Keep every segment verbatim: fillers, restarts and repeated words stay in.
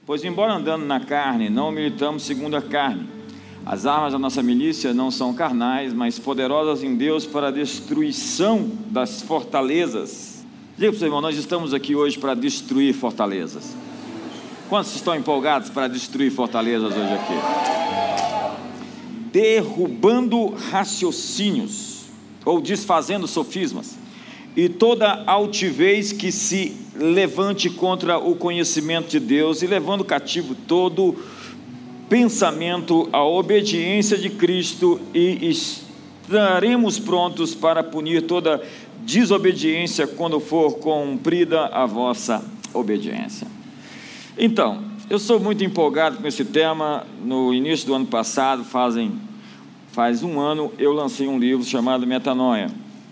Pois embora andando na carne, não militamos segundo a carne. As armas da nossa milícia não são carnais, mas poderosas em Deus para a destruição das fortalezas. Diga para o seu irmão, nós estamos aqui hoje para destruir fortalezas. Quantos estão empolgados para destruir fortalezas hoje aqui? Derrubando raciocínios, ou desfazendo sofismas, e toda altivez que se levante contra o conhecimento de Deus, e levando cativo todo pensamento à obediência de Cristo, e estaremos prontos para punir toda desobediência quando for cumprida a vossa obediência. Então, eu sou muito empolgado com esse tema. No início do ano passado, fazem, faz um ano, eu lancei um livro chamado Metanoia,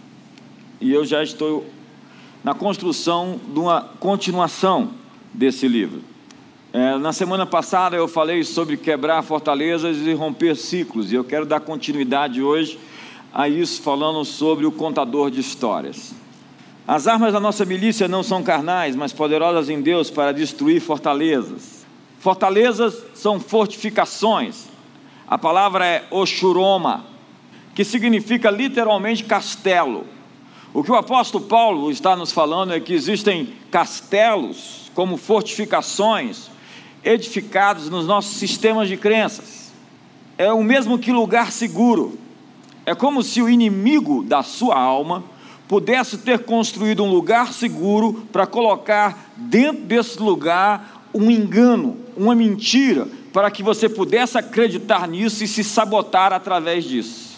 e eu já estou na construção de uma continuação desse livro. É, na semana passada eu falei sobre quebrar fortalezas e romper ciclos, e eu quero dar continuidade hoje a isso, falando sobre o contador de histórias. As armas da nossa milícia não são carnais, mas poderosas em Deus para destruir fortalezas. Fortalezas são fortificações. A palavra é oshuroma, que significa literalmente castelo. O que o apóstolo Paulo está nos falando é que existem castelos como fortificações edificados nos nossos sistemas de crenças. É o mesmo que lugar seguro. É como se o inimigo da sua alma pudesse ter construído um lugar seguro para colocar dentro desse lugar um engano, uma mentira, para que você pudesse acreditar nisso e se sabotar através disso.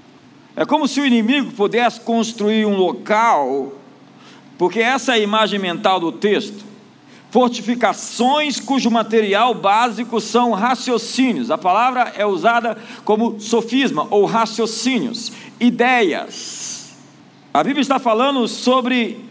É como se o inimigo pudesse construir um local, porque essa é a imagem mental do texto, fortificações cujo material básico são raciocínios. A palavra é usada como sofisma ou raciocínios, ideias. A Bíblia está falando sobre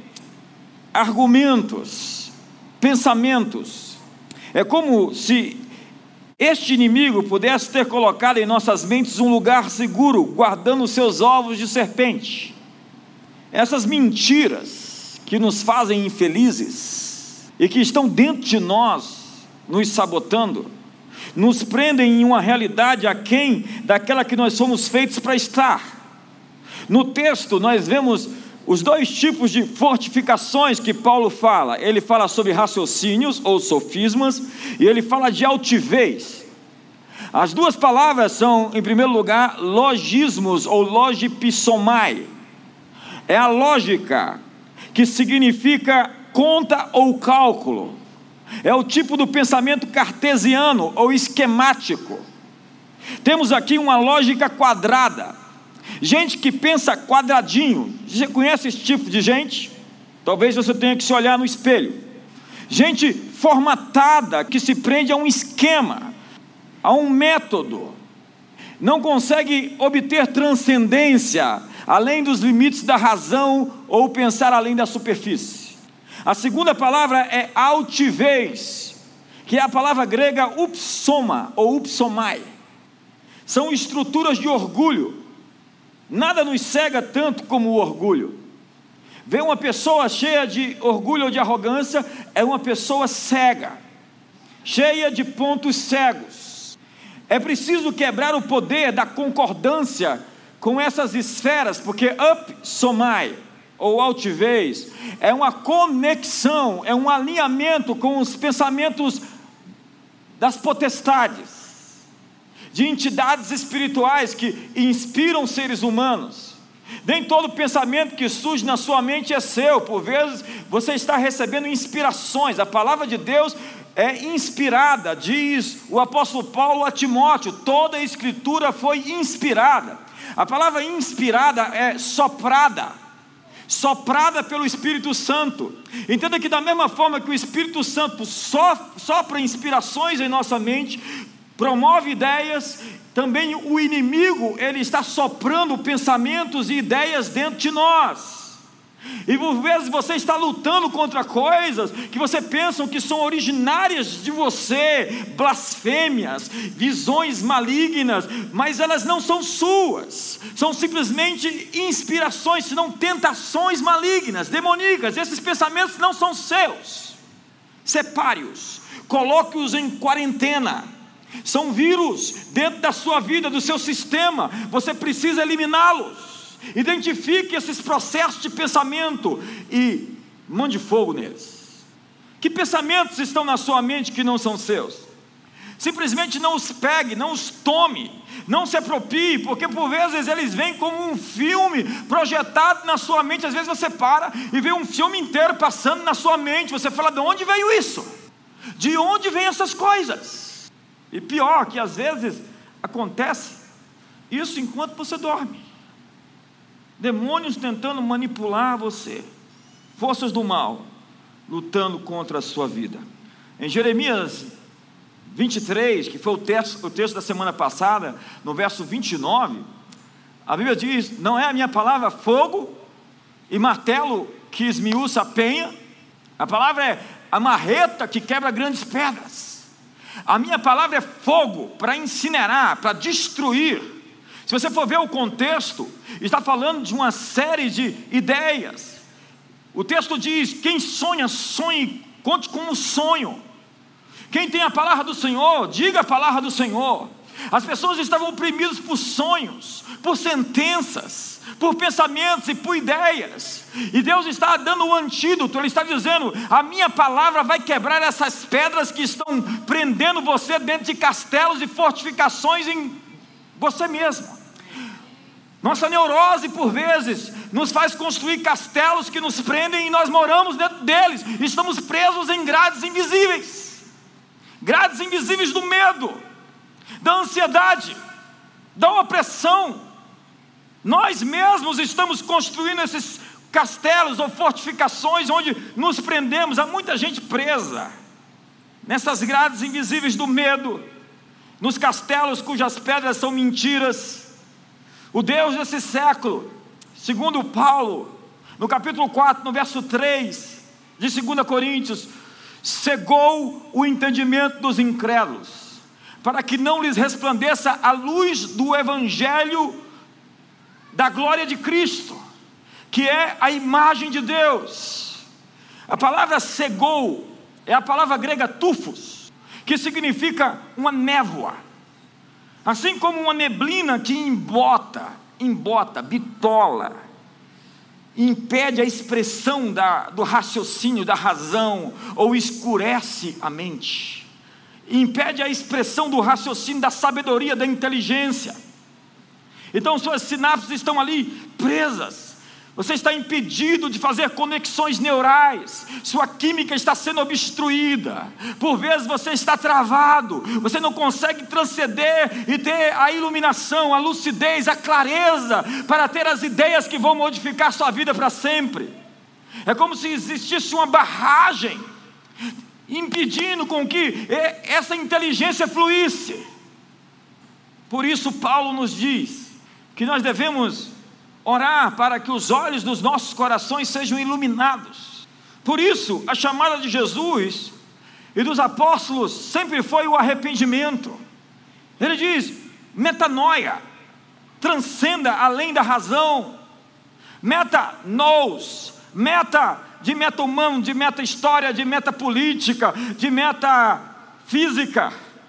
argumentos, pensamentos. É como se este inimigo pudesse ter colocado em nossas mentes um lugar seguro, guardando os seus ovos de serpente. Essas mentiras que nos fazem infelizes e que estão dentro de nós, nos sabotando, nos prendem em uma realidade aquém daquela que nós somos feitos para estar. No texto nós vemos os dois tipos de fortificações que Paulo fala. Ele fala sobre raciocínios ou sofismas, e ele fala de altivez. As duas palavras são, em primeiro lugar, logismos ou logipissomai. É a lógica, que significa conta ou cálculo. É o tipo do pensamento cartesiano ou esquemático. Temos aqui uma lógica quadrada. Gente que pensa quadradinho. Você conhece esse tipo de gente? Talvez você tenha que se olhar no espelho. Gente formatada, que se prende a um esquema, a um método, não consegue obter transcendência além dos limites da razão ou pensar além da superfície. A segunda palavra é altivez, que é a palavra grega upsoma ou upsomai. São estruturas de orgulho. Nada nos cega tanto como o orgulho. Ver uma pessoa cheia de orgulho ou de arrogância é uma pessoa cega, cheia de pontos cegos. É preciso quebrar o poder da concordância com essas esferas, porque upsomai ou altivez é uma conexão, é um alinhamento com os pensamentos das potestades, de entidades espirituais que inspiram seres humanos. Nem todo pensamento que surge na sua mente é seu. Por vezes você está recebendo inspirações. A palavra de Deus é inspirada, diz o apóstolo Paulo a Timóteo. Toda a escritura foi inspirada. A palavra inspirada é soprada, soprada pelo Espírito Santo. Entenda que da mesma forma que o Espírito Santo sopra inspirações em nossa mente, promove ideias, também o inimigo, ele está soprando pensamentos e ideias dentro de nós. E por vezes você está lutando contra coisas que você pensa que são originárias de você, blasfêmias, visões malignas, mas elas não são suas, são simplesmente inspirações, senão tentações malignas, demoníacas. Esses pensamentos não são seus. Separe-os, coloque-os em quarentena. São vírus dentro da sua vida, do seu sistema, você precisa eliminá-los. Identifique esses processos de pensamento e mande fogo neles. Que pensamentos estão na sua mente que não são seus? Simplesmente não os pegue, não os tome, não se aproprie, porque por vezes eles vêm como um filme projetado na sua mente. Às vezes você para e vê um filme inteiro passando na sua mente, você fala: de onde veio isso? De onde vêm essas coisas? E pior, que às vezes acontece isso enquanto você dorme. Demônios tentando manipular você, forças do mal lutando contra a sua vida. Em Jeremias vinte e três, que foi o texto, o texto da semana passada, no verso vinte e nove, a Bíblia diz: não é a minha palavra fogo e martelo que esmiuça a penha? A palavra é a marreta que quebra grandes pedras. A minha palavra é fogo para incinerar, para destruir. Se você for ver o contexto, está falando de uma série de ideias. O texto diz: quem sonha, sonhe, conte com um sonho. Quem tem a palavra do Senhor, diga a palavra do Senhor. As pessoas estavam oprimidas por sonhos, por sentenças, por pensamentos e por ideias. E Deus está dando o antídoto. Ele está dizendo: a minha palavra vai quebrar essas pedras que estão prendendo você dentro de castelos e fortificações em você mesmo. Nossa neurose, por vezes, nos faz construir castelos que nos prendem e nós moramos dentro deles. Estamos presos em grades invisíveis. Grades invisíveis do medo, da ansiedade, da opressão. Nós mesmos estamos construindo esses castelos ou fortificações onde nos prendemos. Há muita gente presa nessas grades invisíveis do medo, nos castelos cujas pedras são mentiras. O Deus desse século, segundo Paulo, no capítulo quatro, no verso três de segunda Coríntios, cegou o entendimento dos incrédulos, para que não lhes resplandeça a luz do evangelho da glória de Cristo, que é a imagem de Deus. A palavra cegou é a palavra grega tufos, que significa uma névoa, assim como uma neblina que embota, embota, bitola, impede a expressão da, do raciocínio, da razão, ou escurece a mente, impede a expressão do raciocínio, da sabedoria, da inteligência. Então suas sinapses estão ali presas, você está impedido de fazer conexões neurais, sua química está sendo obstruída, por vezes você está travado, você não consegue transcender e ter a iluminação, a lucidez, a clareza, para ter as ideias que vão modificar sua vida para sempre. É como se existisse uma barragem, impedindo com que essa inteligência fluísse. Por isso Paulo nos diz que nós devemos orar para que os olhos dos nossos corações sejam iluminados. Por isso, a chamada de Jesus e dos apóstolos sempre foi o arrependimento. Ele diz: metanoia, transcenda além da razão. Meta-nous, meta de meta-humano, de meta-história, de meta-política, de meta-física.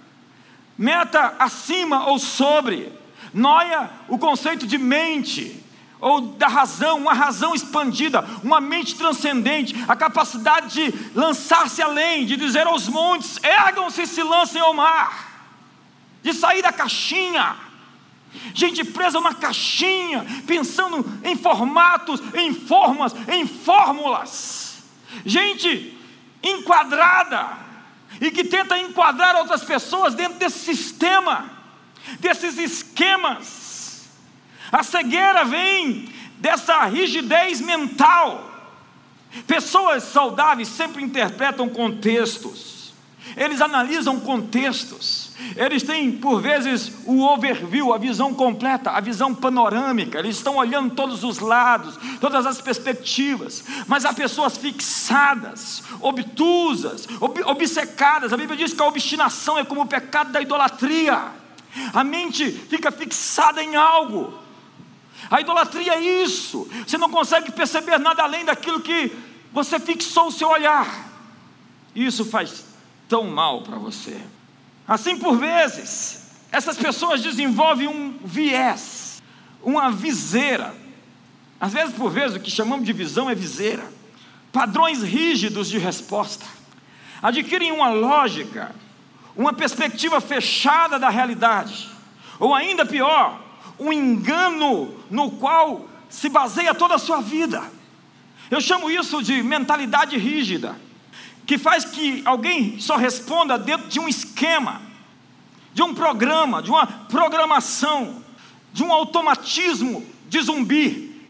Meta acima ou sobre. Noia, o conceito de mente, ou da razão, uma razão expandida, uma mente transcendente, a capacidade de lançar-se além, de dizer aos montes: ergam-se e se lancem ao mar, de sair da caixinha. Gente presa numa caixinha, pensando em formatos, em formas, em fórmulas. Gente enquadrada, e que tenta enquadrar outras pessoas dentro desse sistema, desses esquemas. A cegueira vem dessa rigidez mental. Pessoas saudáveis sempre interpretam contextos, eles analisam contextos, eles têm por vezes o overview, a visão completa, a visão panorâmica, eles estão olhando todos os lados, todas as perspectivas. Mas há pessoas fixadas, obtusas, ob- obcecadas. A Bíblia diz que a obstinação é como o pecado da idolatria. A mente fica fixada em algo. A idolatria é isso, você não consegue perceber nada além daquilo que você fixou o seu olhar. Isso faz tão mal para você. Assim, por vezes, essas pessoas desenvolvem um viés, uma viseira. Às vezes, por vezes, o que chamamos de visão é viseira. Padrões rígidos de resposta. Adquirem uma lógica, uma perspectiva fechada da realidade. Ou ainda pior, um engano no qual se baseia toda a sua vida. Eu chamo isso de mentalidade rígida, que faz que alguém só responda dentro de um esquema, de um programa, de uma programação, de um automatismo de zumbi.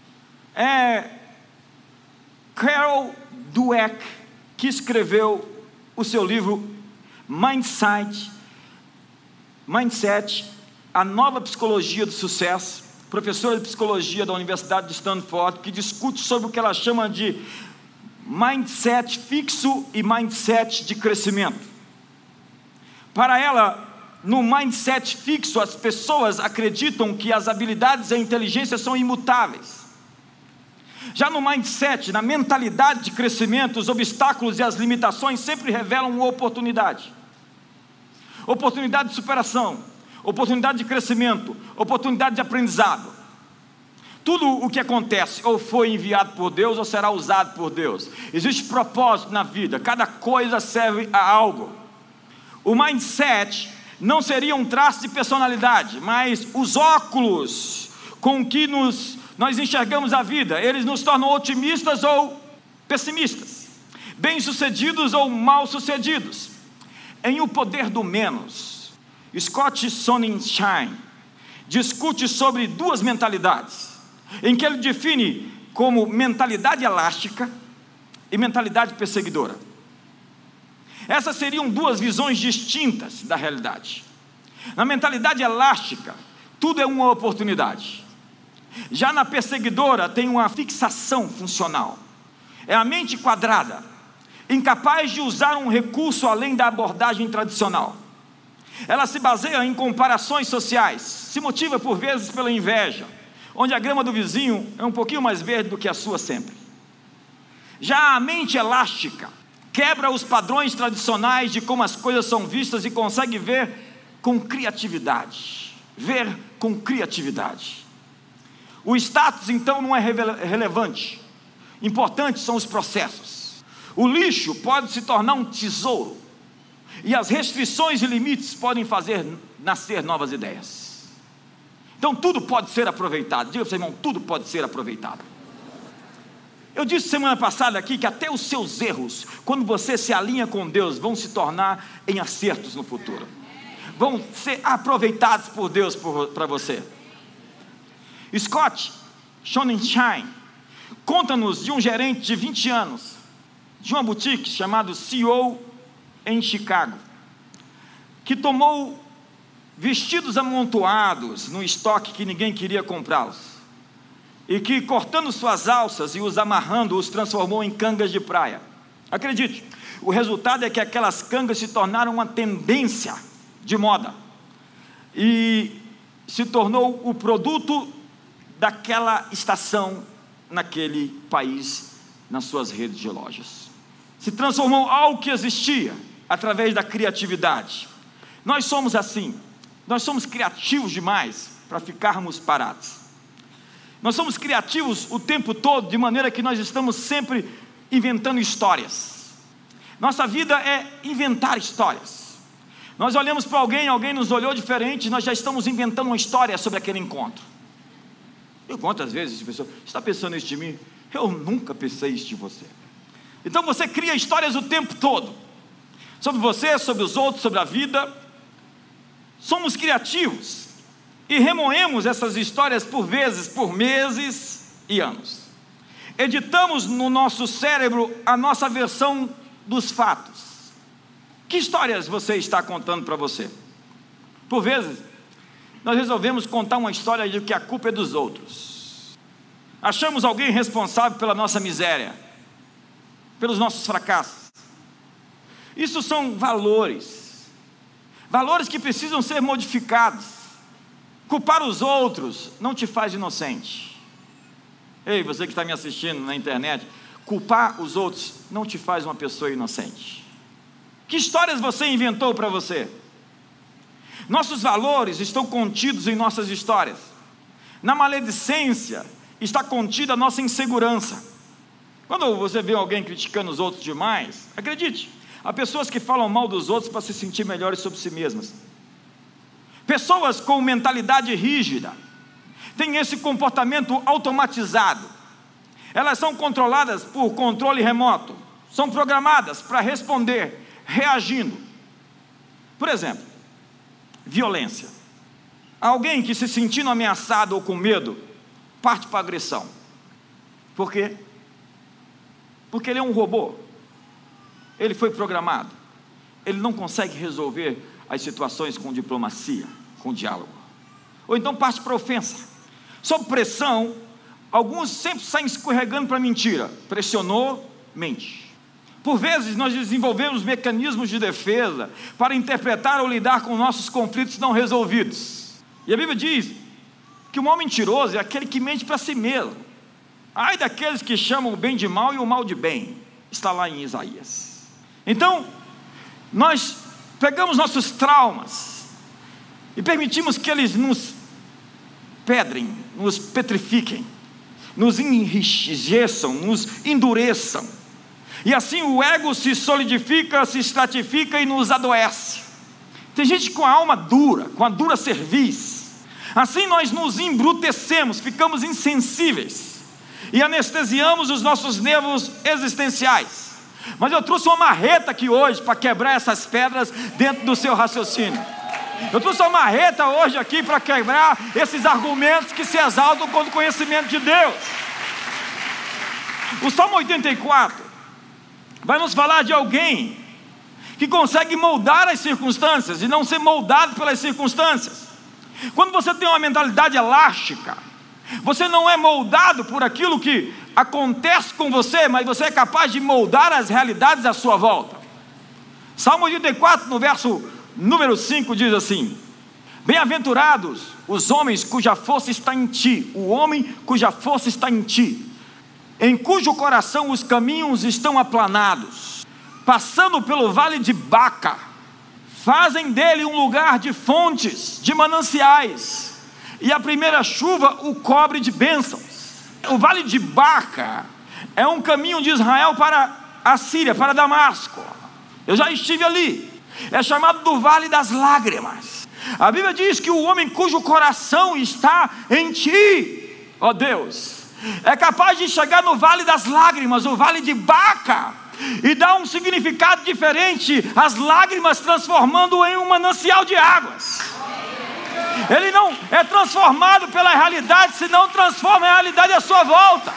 É Carol Dweck que escreveu o seu livro Mindset, Mindset, a nova psicologia do sucesso, professora de psicologia da Universidade de Stanford, que discute sobre o que ela chama de mindset fixo e mindset de crescimento. Para ela, no mindset fixo, as pessoas acreditam que as habilidades e a inteligência são imutáveis. Já no mindset, na mentalidade de crescimento, os obstáculos e as limitações sempre revelam uma oportunidade. Oportunidade de superação, oportunidade de crescimento, oportunidade de aprendizado. Tudo o que acontece ou foi enviado por Deus ou será usado por Deus. Existe propósito na vida, cada coisa serve a algo. O mindset não seria um traço de personalidade, mas os óculos com que nos, nós enxergamos a vida. Eles nos tornam otimistas ou pessimistas, bem-sucedidos ou mal-sucedidos. Em O Poder do Menos, Scott Sonenshein discute sobre duas mentalidades, em que ele define como mentalidade elástica e mentalidade perseguidora. Essas seriam duas visões distintas da realidade. Na mentalidade elástica, tudo é uma oportunidade. Já na perseguidora, tem uma fixação funcional. É a mente quadrada, incapaz de usar um recurso além da abordagem tradicional. Ela se baseia em comparações sociais, se motiva por vezes pela inveja, onde a grama do vizinho é um pouquinho mais verde do que a sua sempre. Já a mente elástica quebra os padrões tradicionais de como as coisas são vistas e consegue ver com criatividade. Ver com criatividade. O status, então, não é relevante. Importantes são os processos. O lixo pode se tornar um tesouro. E as restrições e limites podem fazer nascer novas ideias. Então tudo pode ser aproveitado. Diga para o seu irmão, tudo pode ser aproveitado. Eu disse semana passada aqui que até os seus erros, quando você se alinha com Deus, vão se tornar em acertos no futuro. Vão ser aproveitados por Deus para você. Scott Sonenshein conta-nos de um gerente de vinte anos, de uma boutique chamada C E O em Chicago, que tomou vestidos amontoados no estoque que ninguém queria comprá-los, e que, cortando suas alças e os amarrando, os transformou em cangas de praia. Acredite, o resultado é que aquelas cangas se tornaram uma tendência de moda, e se tornou o produto daquela estação naquele país, nas suas redes de lojas. Se transformou algo que existia através da criatividade. Nós somos assim, nós somos criativos demais para ficarmos parados. Nós somos criativos o tempo todo, de maneira que nós estamos sempre inventando histórias. Nossa vida é inventar histórias. Nós olhamos para alguém, alguém nos olhou diferente, nós já estamos inventando uma história sobre aquele encontro. Eu quantas vezes a pessoa está pensando isso de mim? Eu nunca pensei isso de você. Então você cria histórias o tempo todo, sobre você, sobre os outros, sobre a vida. Somos criativos e remoemos essas histórias por vezes, por meses e anos. Editamos no nosso cérebro a nossa versão dos fatos. Que histórias você está contando para você? Por vezes, nós resolvemos contar uma história de que a culpa é dos outros. Achamos alguém responsável pela nossa miséria, pelos nossos fracassos. Isso são valores, valores que precisam ser modificados. Culpar os outros não te faz inocente. Ei, você que está me assistindo na internet, culpar os outros não te faz uma pessoa inocente. Que histórias você inventou para você? Nossos valores estão contidos em nossas histórias. Na maledicência está contida a nossa insegurança. Quando você vê alguém criticando os outros demais, acredite, há pessoas que falam mal dos outros para se sentir melhores sobre si mesmas. Pessoas com mentalidade rígida têm esse comportamento automatizado. Elas são controladas por controle remoto, são programadas para responder reagindo. Por exemplo, violência. Alguém que se sentindo ameaçado ou com medo parte para a agressão. Por quê? Porque ele é um robô. Ele foi programado. Ele não consegue resolver as situações com diplomacia, com diálogo. Ou então parte para a ofensa. Sob pressão, alguns sempre saem escorregando para a mentira. Pressionou, mente. Por vezes nós desenvolvemos mecanismos de defesa para interpretar ou lidar com nossos conflitos não resolvidos. E a Bíblia diz que um homem mentiroso é aquele que mente para si mesmo. Ai daqueles que chamam o bem de mal e o mal de bem. Está lá em Isaías. Então, nós pegamos nossos traumas e permitimos que eles nos pedrem, nos petrifiquem, nos enrijeçam, nos endureçam. E assim o ego se solidifica, se estratifica e nos adoece. Tem gente com a alma dura, com a dura cerviz. Assim nós nos embrutecemos, ficamos insensíveis e anestesiamos os nossos nervos existenciais. Mas eu trouxe uma marreta aqui hoje para quebrar essas pedras dentro do seu raciocínio. Eu trouxe uma marreta hoje aqui para quebrar esses argumentos que se exaltam contra o conhecimento de Deus. O Salmo oitenta e quatro vai nos falar de alguém que consegue moldar as circunstâncias e não ser moldado pelas circunstâncias. Quando você tem uma mentalidade elástica, você não é moldado por aquilo que acontece com você, mas você é capaz de moldar as realidades à sua volta. Salmo oitenta e quatro, no verso número cinco, diz assim: bem-aventurados os homens cuja força está em ti, o homem cuja força está em ti, em cujo coração os caminhos estão aplanados, passando pelo vale de Baca, fazem dele um lugar de fontes, de mananciais, e a primeira chuva o cobre de bênçãos. O vale de Baca é um caminho de Israel para a Síria, para Damasco. Eu já estive ali. É chamado do vale das lágrimas. A Bíblia diz que o homem cujo coração está em ti, ó Deus, é capaz de chegar no vale das lágrimas, o vale de Baca, e dar um significado diferente, as lágrimas transformando em um manancial de águas. Ele não é transformado pela realidade, senão transforma a realidade à sua volta.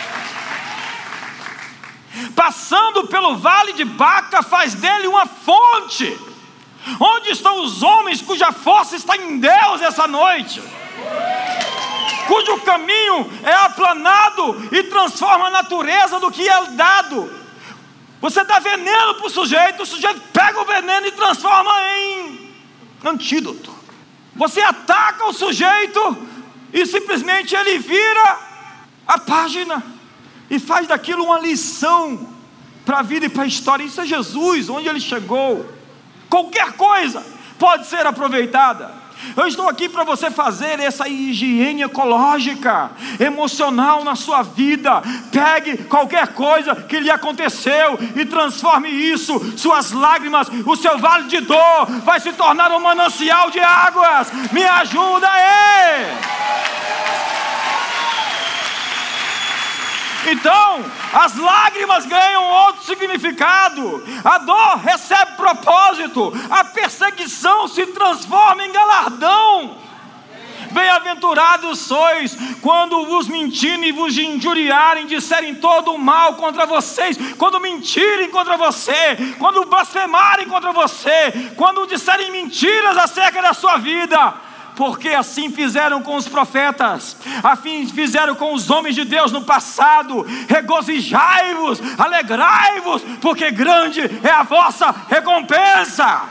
Passando pelo vale de Baca, faz dele uma fonte. Onde estão os homens cuja força está em Deus essa noite? Cujo caminho é aplanado e transforma a natureza do que é dado. Você dá veneno para o sujeito, o sujeito pega o veneno e transforma em antídoto. Você ataca o sujeito e simplesmente ele vira a página e faz daquilo uma lição para a vida e para a história. Isso é Jesus, onde ele chegou. Qualquer coisa pode ser aproveitada. Eu estou aqui para você fazer essa higiene ecológica, emocional na sua vida. Pegue qualquer coisa que lhe aconteceu e transforme isso. Suas lágrimas, o seu vale de dor vai se tornar um manancial de águas. Me ajuda aí! Então, as lágrimas ganham outro significado, a dor recebe propósito, a perseguição se transforma em galardão. Bem-aventurados sois quando vos mentirem e vos injuriarem, disserem todo o mal contra vocês, quando mentirem contra você, quando blasfemarem contra você, quando disserem mentiras acerca da sua vida. Porque assim fizeram com os profetas, assim fizeram com os homens de Deus no passado. Regozijai-vos, alegrai-vos, porque grande é a vossa recompensa.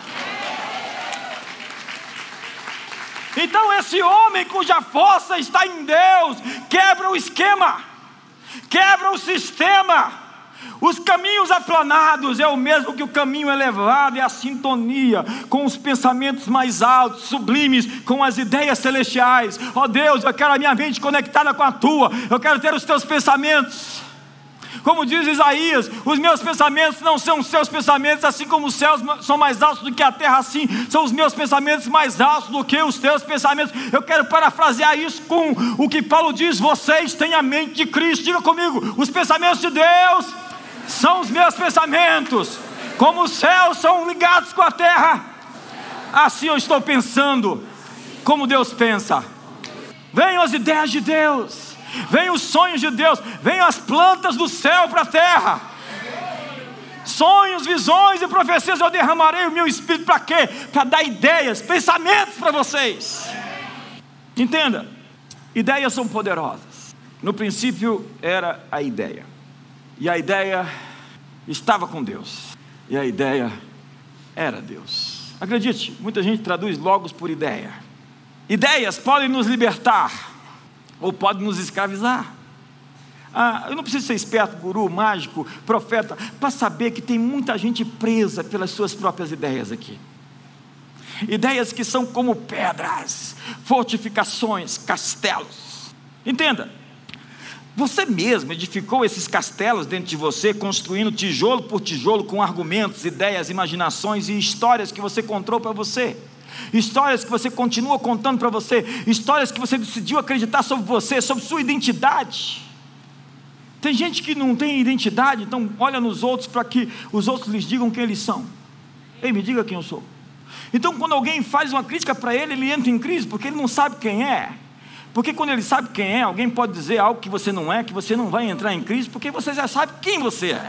Então esse homem cuja força está em Deus, quebra o esquema, quebra o sistema, Os caminhos aplanados é o mesmo que o caminho elevado, é a sintonia com os pensamentos mais altos, sublimes, com as ideias celestiais. Ó Deus, eu quero a minha mente conectada com a tua, eu quero ter os teus pensamentos. Como diz Isaías, os meus pensamentos não são os seus pensamentos, assim como os céus são mais altos do que a terra, assim são os meus pensamentos mais altos do que os teus pensamentos. Eu quero parafrasear isso com o que Paulo diz: vocês têm a mente de Cristo. Diga comigo: os pensamentos de Deus são os meus pensamentos, como os céus são ligados com a terra, assim eu estou pensando, como Deus pensa. Venham as ideias de Deus, venham os sonhos de Deus, venham as plantas do céu para a terra. Sonhos, visões e profecias eu derramarei o meu espírito para quê? Para dar ideias, pensamentos para vocês. Entenda, ideias são poderosas. No princípio era a ideia, e a ideia estava com Deus, e a ideia era Deus. Acredite, muita gente traduz logos por ideia. Ideias podem nos libertar, ou podem nos escravizar. Ah, eu não preciso ser esperto, guru, mágico, profeta, para saber que tem muita gente presa pelas suas próprias ideias aqui. Ideias que são como pedras, fortificações, castelos. Entenda, você mesmo edificou esses castelos dentro de você, construindo tijolo por tijolo, com argumentos, ideias, imaginações e histórias que você contou para você, histórias que você continua contando para você, histórias que você decidiu acreditar sobre você, sobre sua identidade. Tem gente que não tem identidade, então olha nos outros para que os outros lhes digam quem eles são. Ei, me diga quem eu sou. Então quando alguém faz uma crítica para ele, ele entra em crise, porque ele não sabe quem é. Porque quando ele sabe quem é, alguém pode dizer algo que você não é, que você não vai entrar em crise, porque você já sabe quem você é.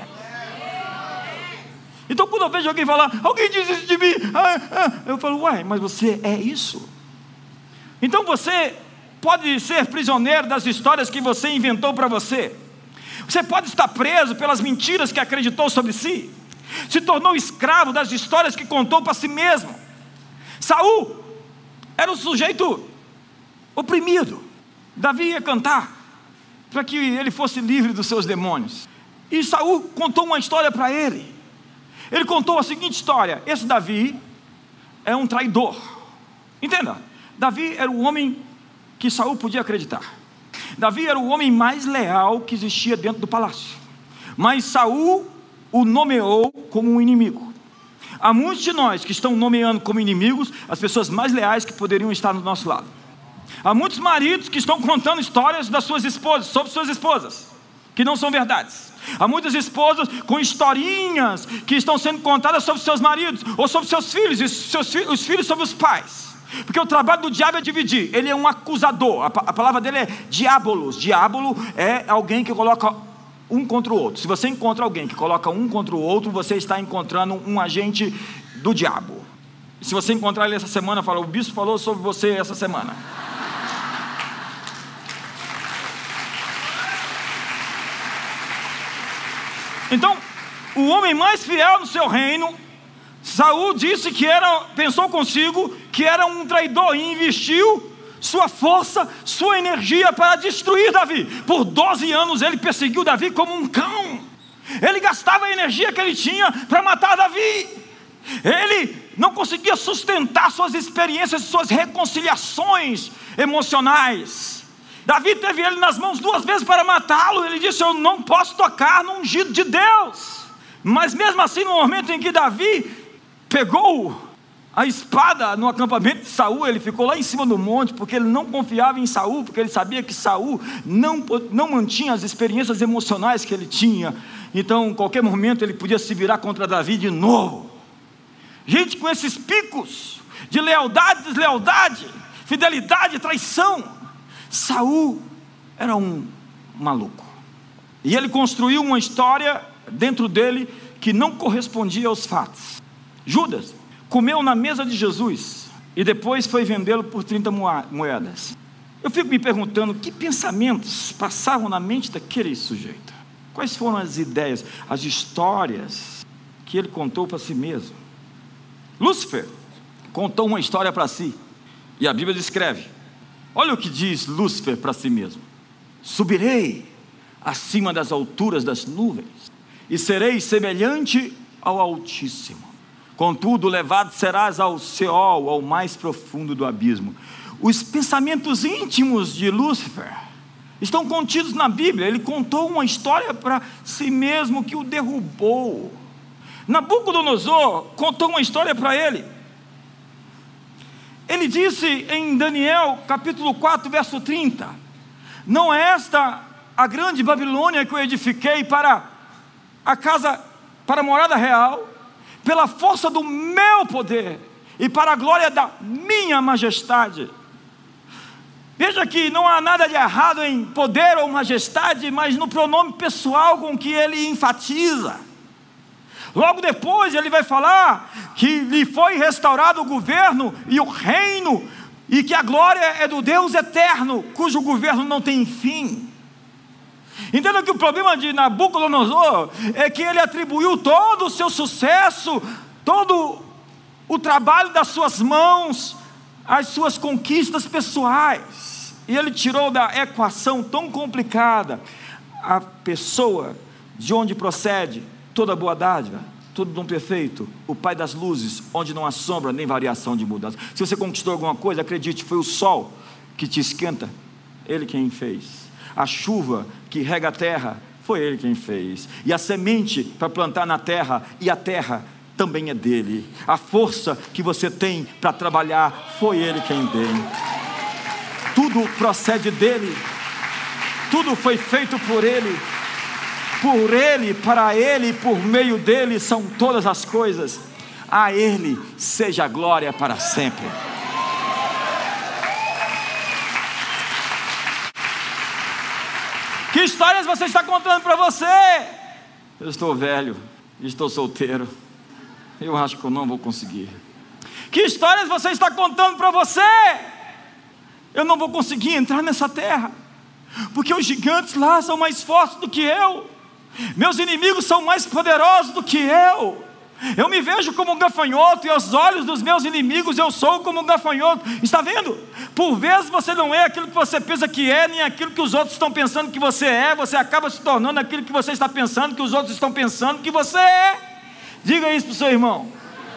Então quando eu vejo alguém falar: alguém diz isso de mim, ah, ah, eu falo: ué, mas você é isso. Então você pode ser prisioneiro das histórias que você inventou para você. Você pode estar preso pelas mentiras que acreditou sobre si, se tornou escravo das histórias que contou para si mesmo. Saul era um sujeito oprimido. Davi ia cantar para que ele fosse livre dos seus demônios, e Saul contou uma história para ele. Ele contou a seguinte história: esse Davi é um traidor. Entenda, Davi era o homem que Saul podia acreditar. Davi era o homem mais leal que existia dentro do palácio, mas Saul o nomeou como um inimigo. Há muitos de nós que estão nomeando como inimigos as pessoas mais leais que poderiam estar do nosso lado. Há muitos maridos que estão contando histórias das suas esposas, sobre suas esposas, que não são verdades. Há muitas esposas com historinhas que estão sendo contadas sobre seus maridos, ou sobre seus filhos, e seus fi- os filhos sobre os pais. Porque o trabalho do diabo é dividir. Ele é um acusador. A, a palavra dele é diabolos. Diabolo é alguém que coloca um contra o outro. Se você encontra alguém que coloca um contra o outro, você está encontrando um agente do diabo. Se você encontrar ele essa semana, fala: o bispo falou sobre você essa semana. Então, o homem mais fiel no seu reino, Saul disse que era, pensou consigo que era um traidor, e investiu sua força, sua energia para destruir Davi. Por doze anos ele perseguiu Davi como um cão. Ele gastava a energia que ele tinha para matar Davi. Ele não conseguia sustentar suas experiências, suas reconciliações emocionais. Davi teve ele nas mãos duas vezes para matá-lo. Ele disse: eu não posso tocar no ungido de Deus. Mas mesmo assim, no momento em que Davi pegou a espada no acampamento de Saul, ele ficou lá em cima do monte, porque ele não confiava em Saul, porque ele sabia que Saul não, não mantinha as experiências emocionais que ele tinha. Então, em qualquer momento ele podia se virar contra Davi de novo. Gente com esses picos de lealdade, deslealdade, fidelidade, traição. Saul era um maluco, e ele construiu uma história dentro dele que não correspondia aos fatos. Judas comeu na mesa de Jesus e depois foi vendê-lo por trinta moedas. Eu fico me perguntando que pensamentos passavam na mente daquele sujeito. Quais foram as ideias, as histórias que ele contou para si mesmo? Lúcifer contou uma história para si, e a Bíblia descreve. Olha o que diz Lúcifer para si mesmo: subirei acima das alturas das nuvens, e sereis semelhante ao Altíssimo. Contudo, levado serás ao Seol, ao mais profundo do abismo. Os pensamentos íntimos de Lúcifer estão contidos na Bíblia. Ele contou uma história para si mesmo que o derrubou. Nabucodonosor contou uma história para ele. Ele disse em Daniel capítulo quatro, verso trinta: não é esta a grande Babilônia que eu edifiquei para a casa, para a morada real, pela força do meu poder e para a glória da minha majestade. Veja que não há nada de errado em poder ou majestade, mas no pronome pessoal com que ele enfatiza. Logo depois ele vai falar que lhe foi restaurado o governo e o reino, e que a glória é do Deus eterno, cujo governo não tem fim. Entenda que o problema de Nabucodonosor é que ele atribuiu todo o seu sucesso, todo o trabalho das suas mãos, às suas conquistas pessoais, e ele tirou da equação tão complicada a pessoa de onde procede toda boa dádiva, todo dom perfeito, o Pai das luzes, onde não há sombra nem variação de mudança. Se você conquistou alguma coisa, acredite, foi o sol que te esquenta, Ele quem fez. A chuva que rega a terra, foi Ele quem fez. E a semente para plantar na terra, e a terra também é dele. A força que você tem para trabalhar, foi Ele quem deu. Tudo procede dele, tudo foi feito por Ele. Por Ele, para Ele, por meio dEle são todas as coisas. A Ele seja a glória para sempre. Que histórias você está contando para você? Eu estou velho, estou solteiro, eu acho que eu não vou conseguir. Que histórias você está contando para você? Eu não vou conseguir entrar nessa terra, porque os gigantes lá são mais fortes do que eu. Meus inimigos são mais poderosos do que eu. Eu me vejo como um gafanhoto, e aos olhos dos meus inimigos eu sou como um gafanhoto. Está vendo? Por vezes você não é aquilo que você pensa que é, nem aquilo que os outros estão pensando que você é. Você acaba se tornando aquilo que você está pensando que os outros estão pensando que você é. Diga isso para o seu irmão.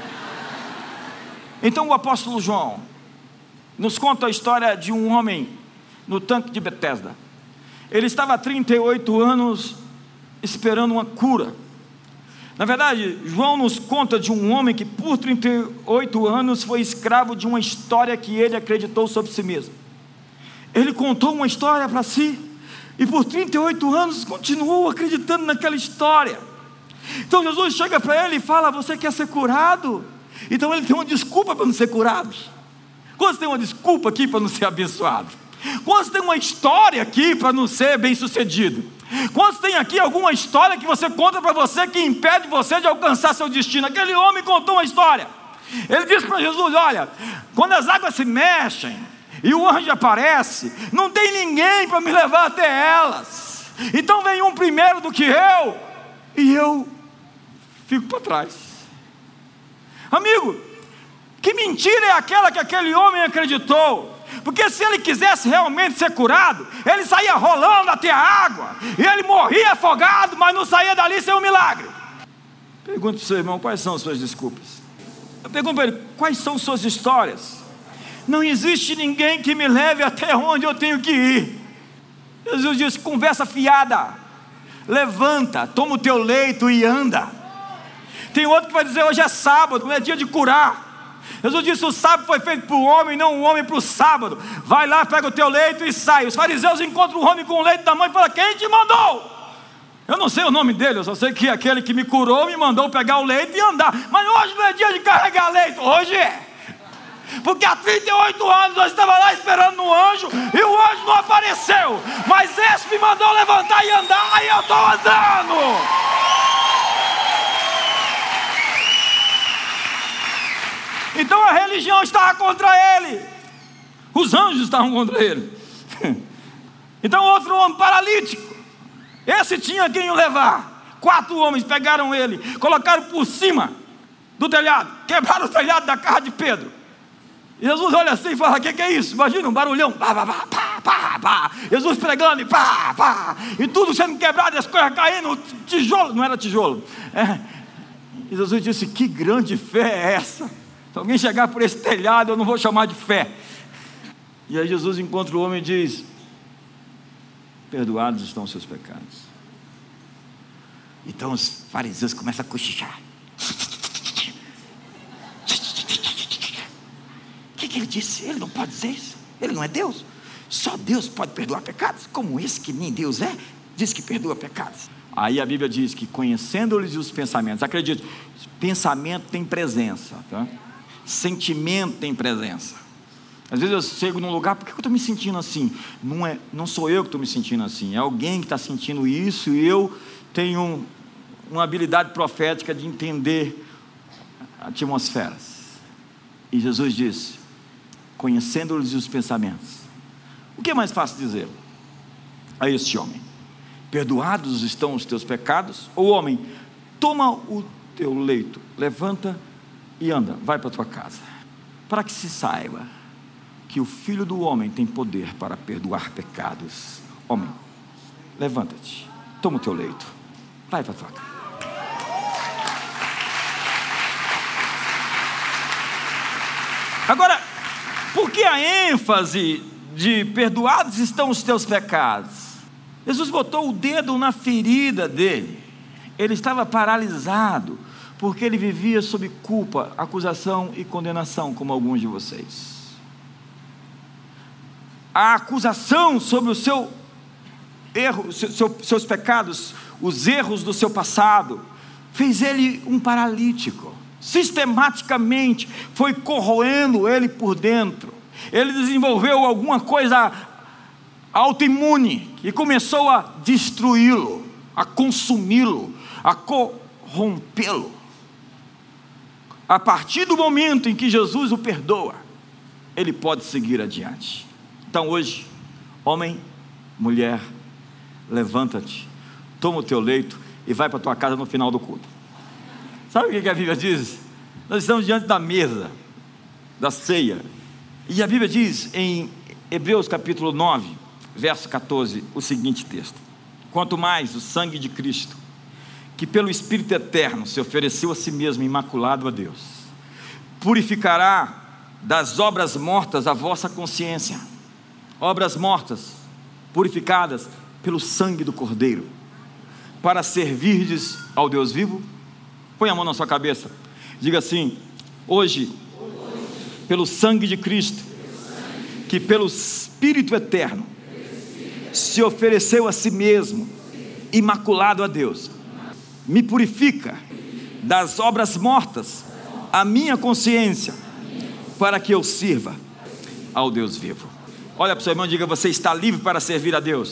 Então o apóstolo João nos conta a história de um homem no tanque de Betesda. Ele estava há trinta e oito anos esperando uma cura. Na verdade, João nos conta de um homem que por trinta e oito anos foi escravo de uma história que ele acreditou sobre si mesmo. Ele contou uma história para si, e por trinta e oito anos continuou acreditando naquela história. Então Jesus chega para ele e fala: você quer ser curado? Então ele tem uma desculpa para não ser curado. Quantos tem uma desculpa aqui para não ser abençoado? Quantos tem uma história aqui para não ser bem sucedido? Quantos tem aqui alguma história que você conta para você que impede você de alcançar seu destino? Aquele homem contou uma história. Ele disse para Jesus: olha, quando as águas se mexem e o anjo aparece, não tem ninguém para me levar até elas. Então vem um primeiro do que eu, e eu fico para trás. Amigo, que mentira é aquela que aquele homem acreditou? Porque se ele quisesse realmente ser curado, ele saía rolando até a água, e ele morria afogado, mas não saía dali sem um milagre. Pergunte para o seu irmão: quais são as suas desculpas? Eu pergunto para ele: quais são suas histórias? Não existe ninguém que me leve até onde eu tenho que ir. Jesus disse: conversa fiada, levanta, toma o teu leito e anda. Tem outro que vai dizer: hoje é sábado, não é dia de curar. Jesus disse: o sábado foi feito para o homem, não o homem para o sábado. Vai lá, pega o teu leito e sai. Os fariseus encontram o homem com o leito da mão e falam: quem te mandou? Eu não sei o nome dele, eu só sei que aquele que me curou me mandou pegar o leito e andar. Mas hoje não é dia de carregar leito, hoje é. Porque há trinta e oito anos eu estava lá esperando no anjo, e o anjo não apareceu, mas esse me mandou levantar e andar, e eu estou andando. Então a religião estava contra ele, os anjos estavam contra ele. Então outro homem paralítico, esse tinha quem o levar. Quatro homens pegaram ele, colocaram por cima do telhado, quebraram o telhado da casa de Pedro. E Jesus olha assim e fala: o que, que é isso? Imagina um barulhão, pá, pá, pá, pá, pá, pá. Jesus pregando e pá, pá, e tudo sendo quebrado, e as coisas caindo, tijolo, não era tijolo. É. E Jesus disse: que grande fé é essa? Se alguém chegar por esse telhado, eu não vou chamar de fé. E aí Jesus encontra o homem e diz: perdoados estão os seus pecados. Então os fariseus começam a cochichar. O que, que ele disse? Ele não pode dizer isso. Ele não é Deus. Só Deus pode perdoar pecados. Como esse que nem Deus é, diz que perdoa pecados. Aí a Bíblia diz que conhecendo-lhes os pensamentos, acredite, pensamento tem presença, tá? Sentimento tem presença. Às vezes eu chego num lugar: por que eu estou me sentindo assim? Não, é, não sou eu que estou me sentindo assim, é alguém que está sentindo isso, e eu tenho uma habilidade profética de entender atmosferas. E Jesus disse: conhecendo-lhes os pensamentos. O que é mais fácil dizer a este homem? Perdoados estão os teus pecados? Ou homem, toma o teu leito, levanta e anda, vai para a tua casa, para que se saiba que o Filho do Homem tem poder para perdoar pecados. Homem, levanta-te, toma o teu leito, vai para a tua casa. Agora, por que a ênfase de perdoados estão os teus pecados? Jesus botou o dedo na ferida dele. Ele estava paralisado, porque ele vivia sob culpa, acusação e condenação, como alguns de vocês. A acusação sobre o seu erro, seu, seu, seus pecados, os erros do seu passado, fez ele um paralítico. Sistematicamente foi corroendo ele por dentro. Ele desenvolveu alguma coisa autoimune que começou a destruí-lo, a consumi-lo, a corrompê-lo. A partir do momento em que Jesus o perdoa, ele pode seguir adiante. Então hoje, homem, mulher, levanta-te, toma o teu leito e vai para a tua casa no final do culto. Sabe o que a Bíblia diz? Nós estamos diante da mesa, da ceia, e a Bíblia diz em Hebreus capítulo nove, verso catorze, o seguinte texto: quanto mais o sangue de Cristo, que pelo Espírito eterno se ofereceu a si mesmo imaculado a Deus, purificará das obras mortas a vossa consciência. Obras mortas, purificadas pelo sangue do Cordeiro, para servirdes ao Deus vivo. Põe a mão na sua cabeça, diga assim: hoje, pelo sangue de Cristo, que pelo Espírito eterno se ofereceu a si mesmo imaculado a Deus, me purifica das obras mortas a minha consciência, para que eu sirva ao Deus vivo. Olha para o seu irmão e diga: você está livre para servir a Deus.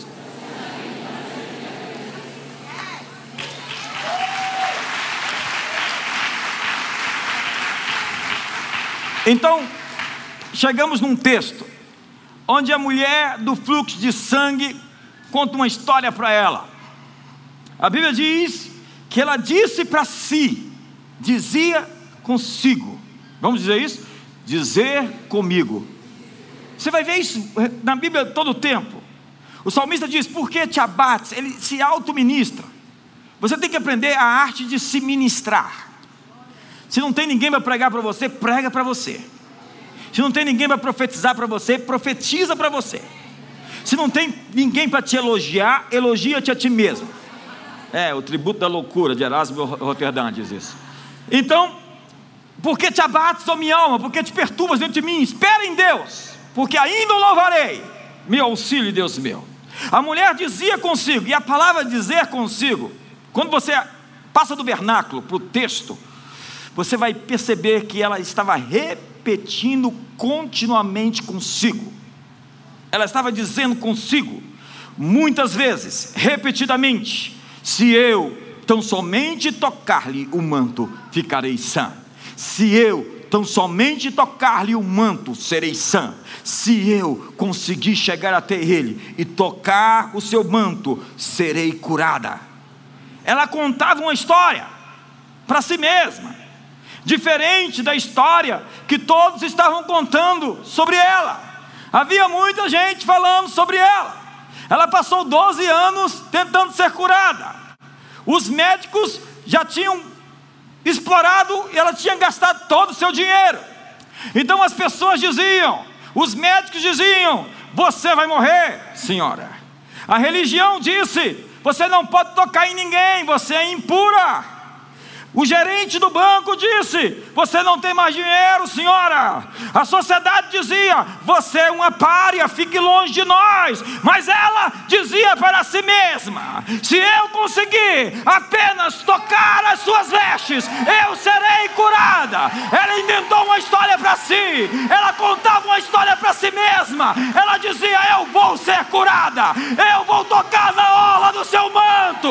Então, chegamos num texto onde a mulher do fluxo de sangue conta uma história para ela. A Bíblia diz que ela disse para si, dizia consigo. Vamos dizer isso? Dizer comigo. Você vai ver isso na Bíblia todo o tempo. O salmista diz: por que te abates? Ele se auto-ministra. Você tem que aprender a arte de se ministrar. Se não tem ninguém para pregar para você, prega para você. Se não tem ninguém para profetizar para você, profetiza para você. Se não tem ninguém para te elogiar, elogia-te a ti mesmo. É, o tributo da loucura de Erasmo Roterdã diz isso. Então, por que te abates, ó minha alma? Por que te perturbas dentro de mim? Espera em Deus, porque ainda o louvarei. Meu auxílio, Deus meu. A mulher dizia consigo, e a palavra dizer consigo, quando você passa do vernáculo para o texto, você vai perceber que ela estava repetindo continuamente consigo. Ela estava dizendo consigo, muitas vezes, repetidamente: se eu tão somente tocar-lhe o manto, ficarei sã. Se eu tão somente tocar-lhe o manto, serei sã. Se eu conseguir chegar até ele e tocar o seu manto, serei curada. Ela contava uma história para si mesma, diferente da história que todos estavam contando sobre ela. Havia muita gente falando sobre ela. Ela passou doze anos tentando ser curada. Os médicos já tinham explorado e ela tinha gastado todo o seu dinheiro. Então as pessoas diziam, os médicos diziam: você vai morrer, senhora. A religião disse: você não pode tocar em ninguém, você é impura. O gerente do banco disse: você não tem mais dinheiro, senhora. A sociedade dizia: você é uma pária, fique longe de nós. Mas ela dizia para si mesma: se eu conseguir apenas tocar as suas vestes, eu serei curada. Ela inventou uma história para si. Ela contava uma história para si mesma. Ela dizia: eu vou ser curada, eu vou tocar na orla do seu manto.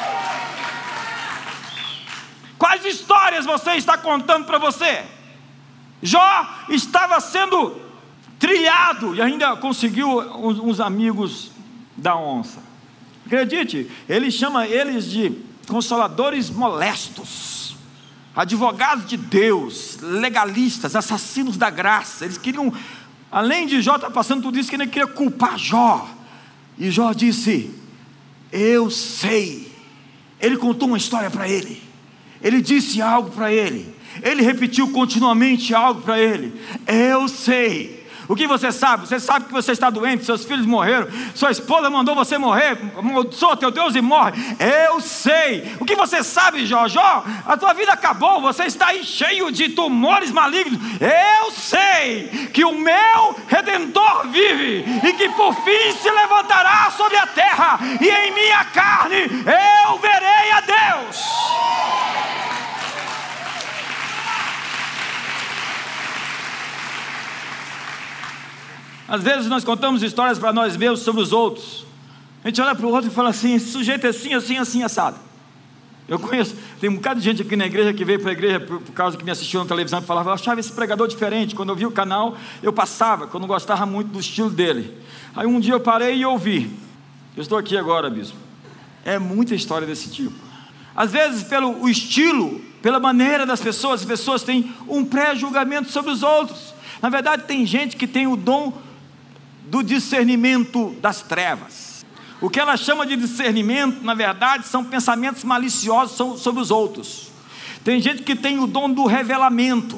Quais histórias você está contando para você? Jó estava sendo trilhado e ainda conseguiu uns, uns amigos da onça. Acredite, ele chama eles de consoladores molestos, advogados de Deus, legalistas, assassinos da graça. Eles queriam, além de Jó estar passando tudo isso, que ele queria culpar Jó. E Jó disse: eu sei. Ele contou uma história para ele. Ele disse algo para ele. Ele repetiu continuamente algo para ele. Eu sei. O que você sabe? Você sabe que você está doente, seus filhos morreram, sua esposa mandou você morrer, amaldiçoa teu Deus e morre. Eu sei. O que você sabe, Jó? Jó, a tua vida acabou, você está aí cheio de tumores malignos. Eu sei que o meu Redentor vive e que por fim se levantará sobre a terra, e em minha carne eu verei a Deus. Às vezes nós contamos histórias para nós mesmos sobre os outros. A gente olha para o outro e fala assim: esse sujeito é assim, assim, assim, assado. Eu conheço, tem um bocado de gente aqui na igreja que veio para a igreja por, por causa que me assistiu na televisão e falava: eu achava esse pregador diferente. Quando eu vi o canal, eu passava, que eu não gostava muito do estilo dele. Aí um dia eu parei e ouvi. Eu estou aqui agora, bispo. É muita história desse tipo. Às vezes pelo o estilo, pela maneira das pessoas, as pessoas têm um pré-julgamento sobre os outros. Na verdade tem gente que tem o dom do discernimento das trevas. O que ela chama de discernimento, na verdade, são pensamentos maliciosos sobre os outros. Tem gente que tem o dom do revelamento,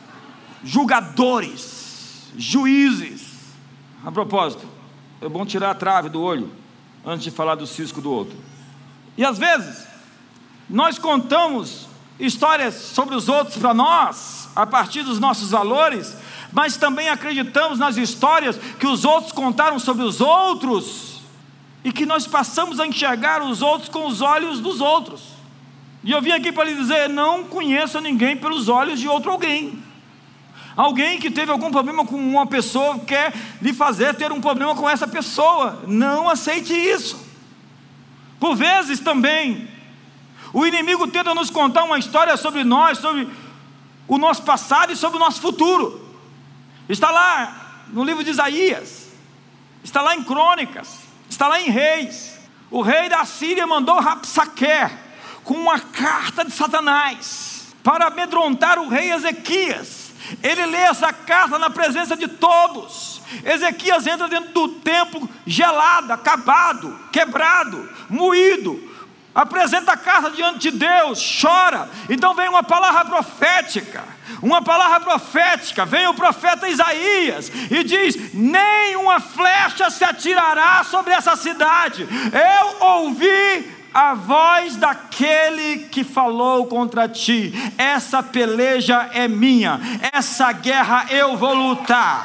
julgadores, juízes. A propósito, é bom tirar a trave do olho antes de falar do cisco do outro. E às vezes nós contamos histórias sobre os outros para nós, a partir dos nossos valores, mas também acreditamos nas histórias que os outros contaram sobre os outros, e que nós passamos a enxergar os outros com os olhos dos outros. E eu vim aqui para lhe dizer: não conheça ninguém pelos olhos de outro alguém. Alguém que teve algum problema com uma pessoa quer lhe fazer ter um problema com essa pessoa. Não aceite isso. Por vezes também o inimigo tenta nos contar uma história sobre nós, sobre o nosso passado e sobre o nosso futuro. Está lá no livro de Isaías, está lá em Crônicas, está lá em Reis. O rei da Síria mandou Rabsaque com uma carta de Satanás para amedrontar o rei Ezequias. Ele lê essa carta na presença de todos. Ezequias entra dentro do templo gelado, acabado, quebrado, moído, apresenta a carta diante de Deus, chora. Então vem uma palavra profética, uma palavra profética, vem o profeta Isaías e diz: nem uma flecha se atirará sobre essa cidade. Eu ouvi a voz daquele que falou contra ti. Essa peleja é minha, essa guerra eu vou lutar.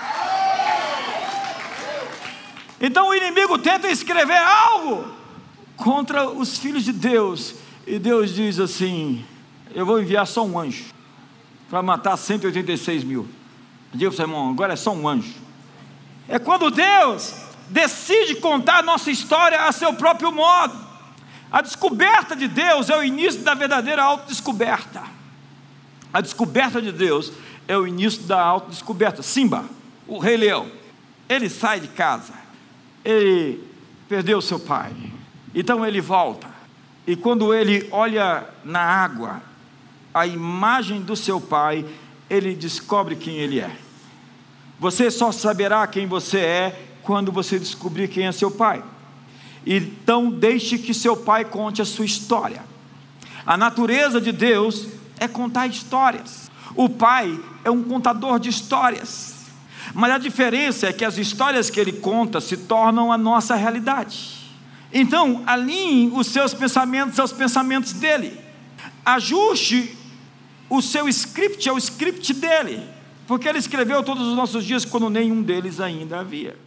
Então o inimigo tenta escrever algo contra os filhos de Deus, e Deus diz assim: eu vou enviar só um anjo para matar cento e oitenta e seis mil. Diga para o seu irmão: agora é só um anjo. É quando Deus decide contar a nossa história a seu próprio modo. A descoberta de Deus é o início da verdadeira autodescoberta. A descoberta de Deus é o início da autodescoberta. Simba, o rei leão, ele sai de casa, ele perdeu seu pai, então ele volta, e quando ele olha na água, a imagem do seu pai, ele descobre quem ele é. Você só saberá quem você é quando você descobrir quem é seu pai. Então deixe que seu pai conte a sua história. A natureza de Deus é contar histórias. O pai é um contador de histórias, mas a diferença é que as histórias que ele conta se tornam a nossa realidade. Então alinhe os seus pensamentos aos pensamentos dele, ajuste o seu script ao script dele, porque ele escreveu todos os nossos dias quando nenhum deles ainda havia.